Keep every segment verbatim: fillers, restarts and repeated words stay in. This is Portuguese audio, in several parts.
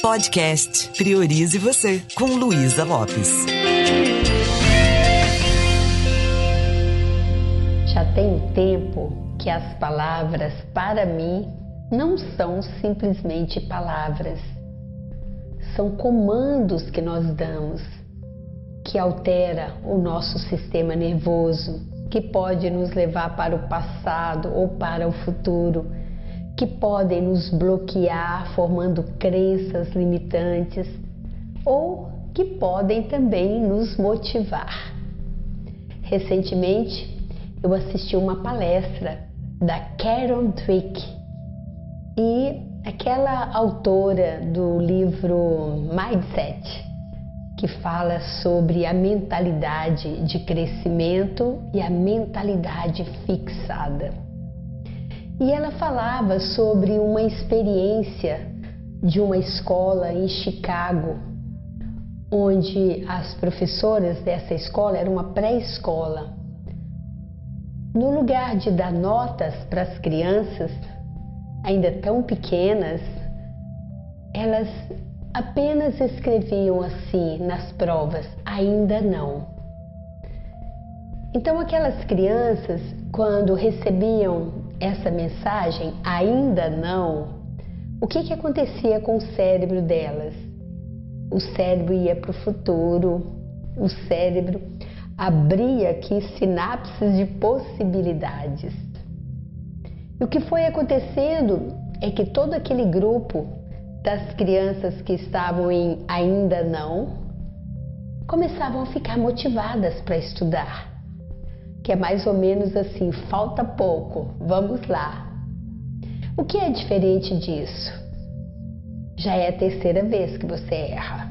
Podcast Priorize Você, com Luísa Lopes. Já tem um tempo que as palavras, para mim, não são simplesmente palavras. São comandos que nós damos, que altera o nosso sistema nervoso, que pode nos levar para o passado ou para o futuro, que podem nos bloquear, formando crenças limitantes, ou que podem também nos motivar. Recentemente, eu assisti uma palestra da Carol Dweck, e aquela autora do livro Mindset, que fala sobre a mentalidade de crescimento e a mentalidade fixada. E ela falava sobre uma experiência de uma escola em Chicago, onde as professoras dessa escola eram uma pré-escola. No lugar de dar notas para as crianças, ainda tão pequenas, elas apenas escreviam assim nas provas, ainda não. Então aquelas crianças, quando recebiam essa mensagem, ainda não, o que que acontecia com o cérebro delas? O cérebro ia para o futuro, o cérebro abria aqui sinapses de possibilidades. E o que foi acontecendo é que todo aquele grupo das crianças que estavam em ainda não começavam a ficar motivadas para estudar. Que é mais ou menos assim, falta pouco, vamos lá. O que é diferente disso? Já é a terceira vez que você erra.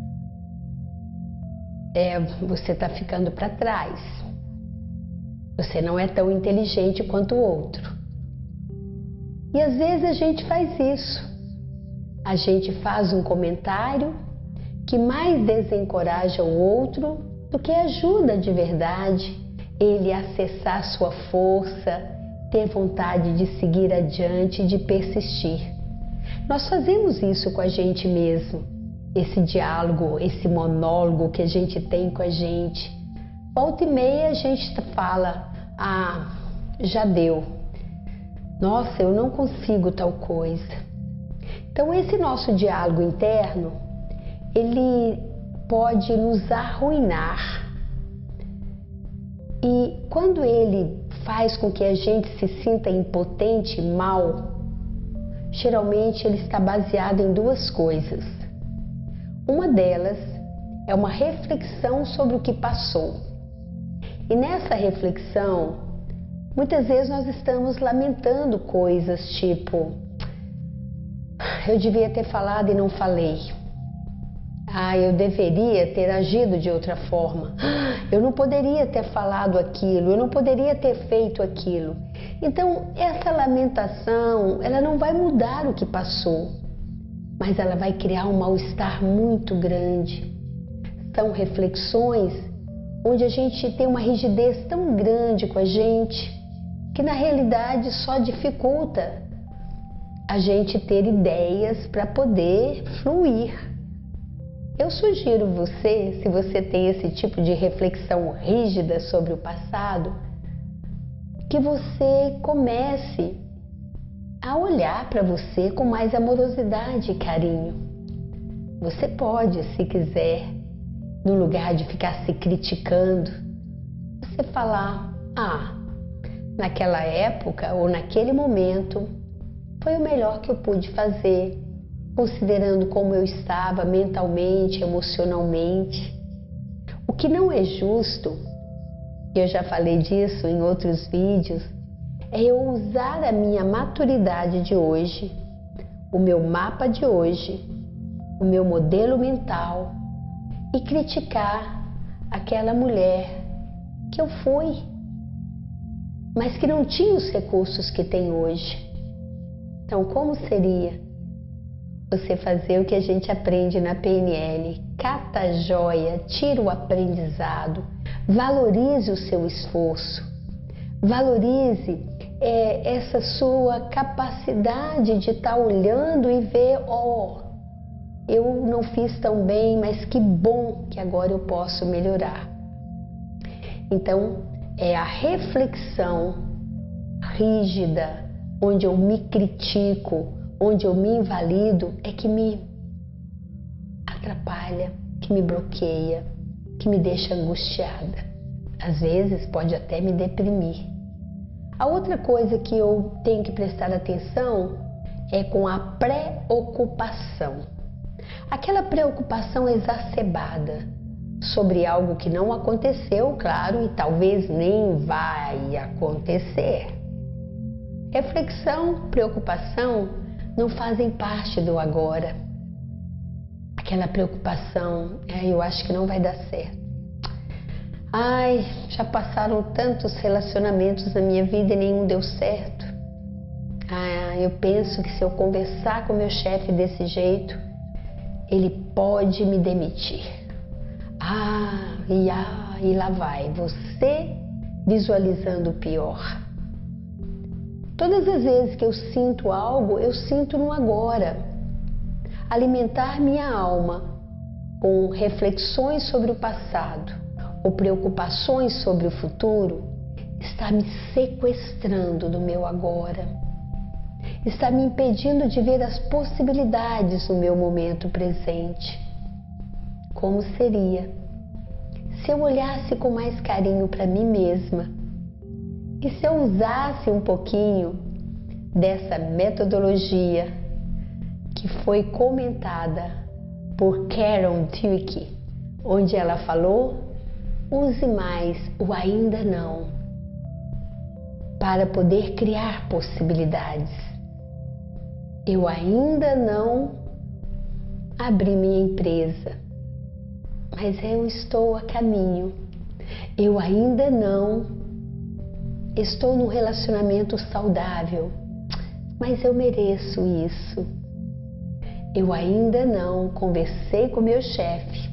É, você está ficando para trás. Você não é tão inteligente quanto o outro. E às vezes a gente faz isso. A gente faz um comentário que mais desencoraja o outro do que ajuda de verdade ele a acessar sua força, ter vontade de seguir adiante e de persistir. Nós fazemos isso com a gente mesmo, esse diálogo, esse monólogo que a gente tem com a gente. Volta e meia a gente fala, ah, já deu. Nossa, eu não consigo tal coisa. Então esse nosso diálogo interno, ele pode nos arruinar. E quando ele faz com que a gente se sinta impotente, mal, geralmente ele está baseado em duas coisas. Uma delas é uma reflexão sobre o que passou. E nessa reflexão, muitas vezes nós estamos lamentando coisas tipo: eu devia ter falado e não falei. Ah, eu deveria ter agido de outra forma. Eu não poderia ter falado aquilo, eu não poderia ter feito aquilo. Então, essa lamentação, ela não vai mudar o que passou, mas ela vai criar um mal-estar muito grande. São reflexões onde a gente tem uma rigidez tão grande com a gente, que na realidade só dificulta a gente ter ideias para poder fluir. Eu sugiro você, se você tem esse tipo de reflexão rígida sobre o passado, que você comece a olhar para você com mais amorosidade e carinho. Você pode, se quiser, no lugar de ficar se criticando, você falar: ah, naquela época ou naquele momento foi o melhor que eu pude fazer, considerando como eu estava mentalmente, emocionalmente. O que não é justo, e eu já falei disso em outros vídeos, é eu usar a minha maturidade de hoje, o meu mapa de hoje, o meu modelo mental e criticar aquela mulher que eu fui, mas que não tinha os recursos que tem hoje. Então, como seria você fazer o que a gente aprende na P N L? Cata a joia, tira o aprendizado, valorize o seu esforço, valorize é, essa sua capacidade de estar olhando e ver, ó, oh, eu não fiz tão bem, mas que bom que agora eu posso melhorar. Então, é a reflexão rígida, onde eu me critico, onde eu me invalido, é que me atrapalha, que me bloqueia, que me deixa angustiada. Às vezes pode até me deprimir. A outra coisa que eu tenho que prestar atenção é com a preocupação. Aquela preocupação exacerbada sobre algo que não aconteceu, claro, e talvez nem vai acontecer. Reflexão, preocupação não fazem parte do agora. Aquela preocupação, é, eu acho que não vai dar certo. Ai, já passaram tantos relacionamentos na minha vida e nenhum deu certo. Ah, eu penso que se eu conversar com meu chefe desse jeito, ele pode me demitir. Ah, e, ah, e lá vai, você visualizando o pior. Todas as vezes que eu sinto algo, eu sinto no agora. Alimentar minha alma com reflexões sobre o passado ou preocupações sobre o futuro está me sequestrando do meu agora. Está me impedindo de ver as possibilidades no meu momento presente. Como seria se eu olhasse com mais carinho para mim mesma e se eu usasse um pouquinho dessa metodologia que foi comentada por Carol Dweck, onde ela falou: use mais o ainda não para poder criar possibilidades. Eu ainda não abri minha empresa, mas eu estou a caminho. Eu ainda não estou num relacionamento saudável, mas eu mereço isso. Eu ainda não conversei com meu chefe,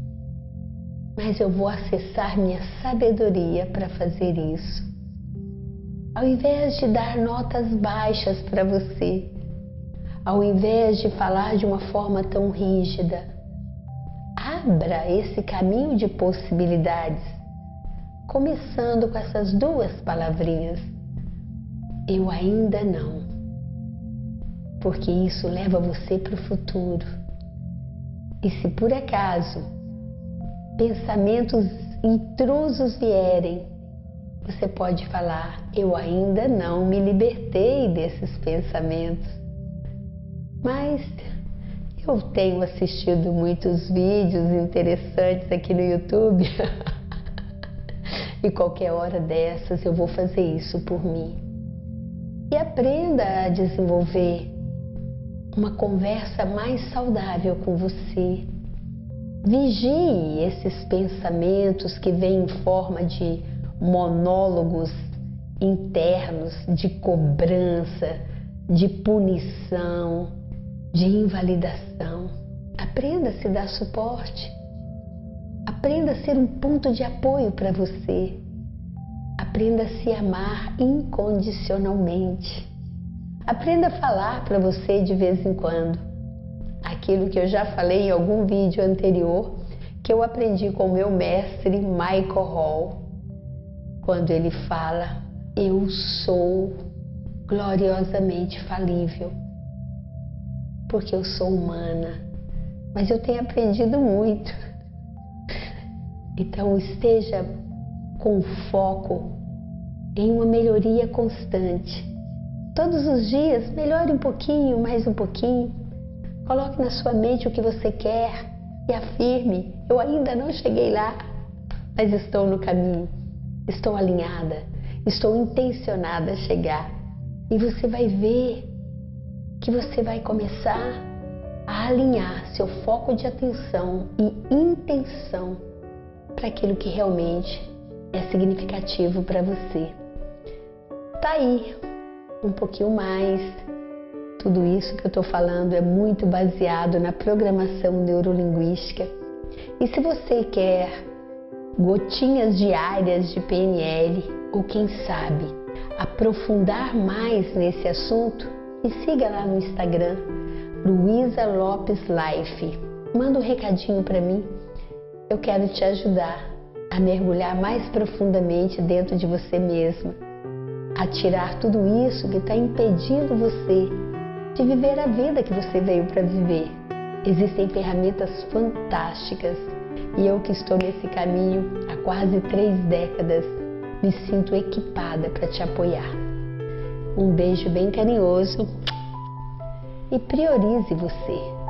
mas eu vou acessar minha sabedoria para fazer isso. Ao invés de dar notas baixas para você, ao invés de falar de uma forma tão rígida, abra esse caminho de possibilidades, começando com essas duas palavrinhas: eu ainda não, porque isso leva você para o futuro. E se por acaso pensamentos intrusos vierem, você pode falar: eu ainda não me libertei desses pensamentos. Mas eu tenho assistido muitos vídeos interessantes aqui no YouTube e qualquer hora dessas eu vou fazer isso por mim. E aprenda a desenvolver uma conversa mais saudável com você. Vigie esses pensamentos que vêm em forma de monólogos internos, de cobrança, de punição, de invalidação. Aprenda a se dar suporte. Aprenda a ser um ponto de apoio para você. Aprenda a se amar incondicionalmente. Aprenda a falar para você de vez em quando aquilo que eu já falei em algum vídeo anterior, que eu aprendi com o meu mestre Michael Hall, quando ele fala: eu sou gloriosamente falível, porque eu sou humana, mas eu tenho aprendido muito. Então esteja com foco em uma melhoria constante. Todos os dias melhore um pouquinho, mais um pouquinho. Coloque na sua mente o que você quer e afirme: eu ainda não cheguei lá, mas estou no caminho, estou alinhada, estou intencionada a chegar. E você vai ver que você vai começar a alinhar seu foco de atenção e intenção para aquilo que realmente é significativo para você. Tá aí, um pouquinho mais. Tudo isso que eu estou falando é muito baseado na programação neurolinguística. E se você quer gotinhas diárias de P N L, ou quem sabe aprofundar mais nesse assunto, me siga lá no Instagram, Luísa Lopes Life. Manda um recadinho para mim. Eu quero te ajudar a mergulhar mais profundamente dentro de você mesma, a tirar tudo isso que está impedindo você de viver a vida que você veio para viver. Existem ferramentas fantásticas e eu que estou nesse caminho há quase três décadas me sinto equipada para te apoiar. Um beijo bem carinhoso e priorize você.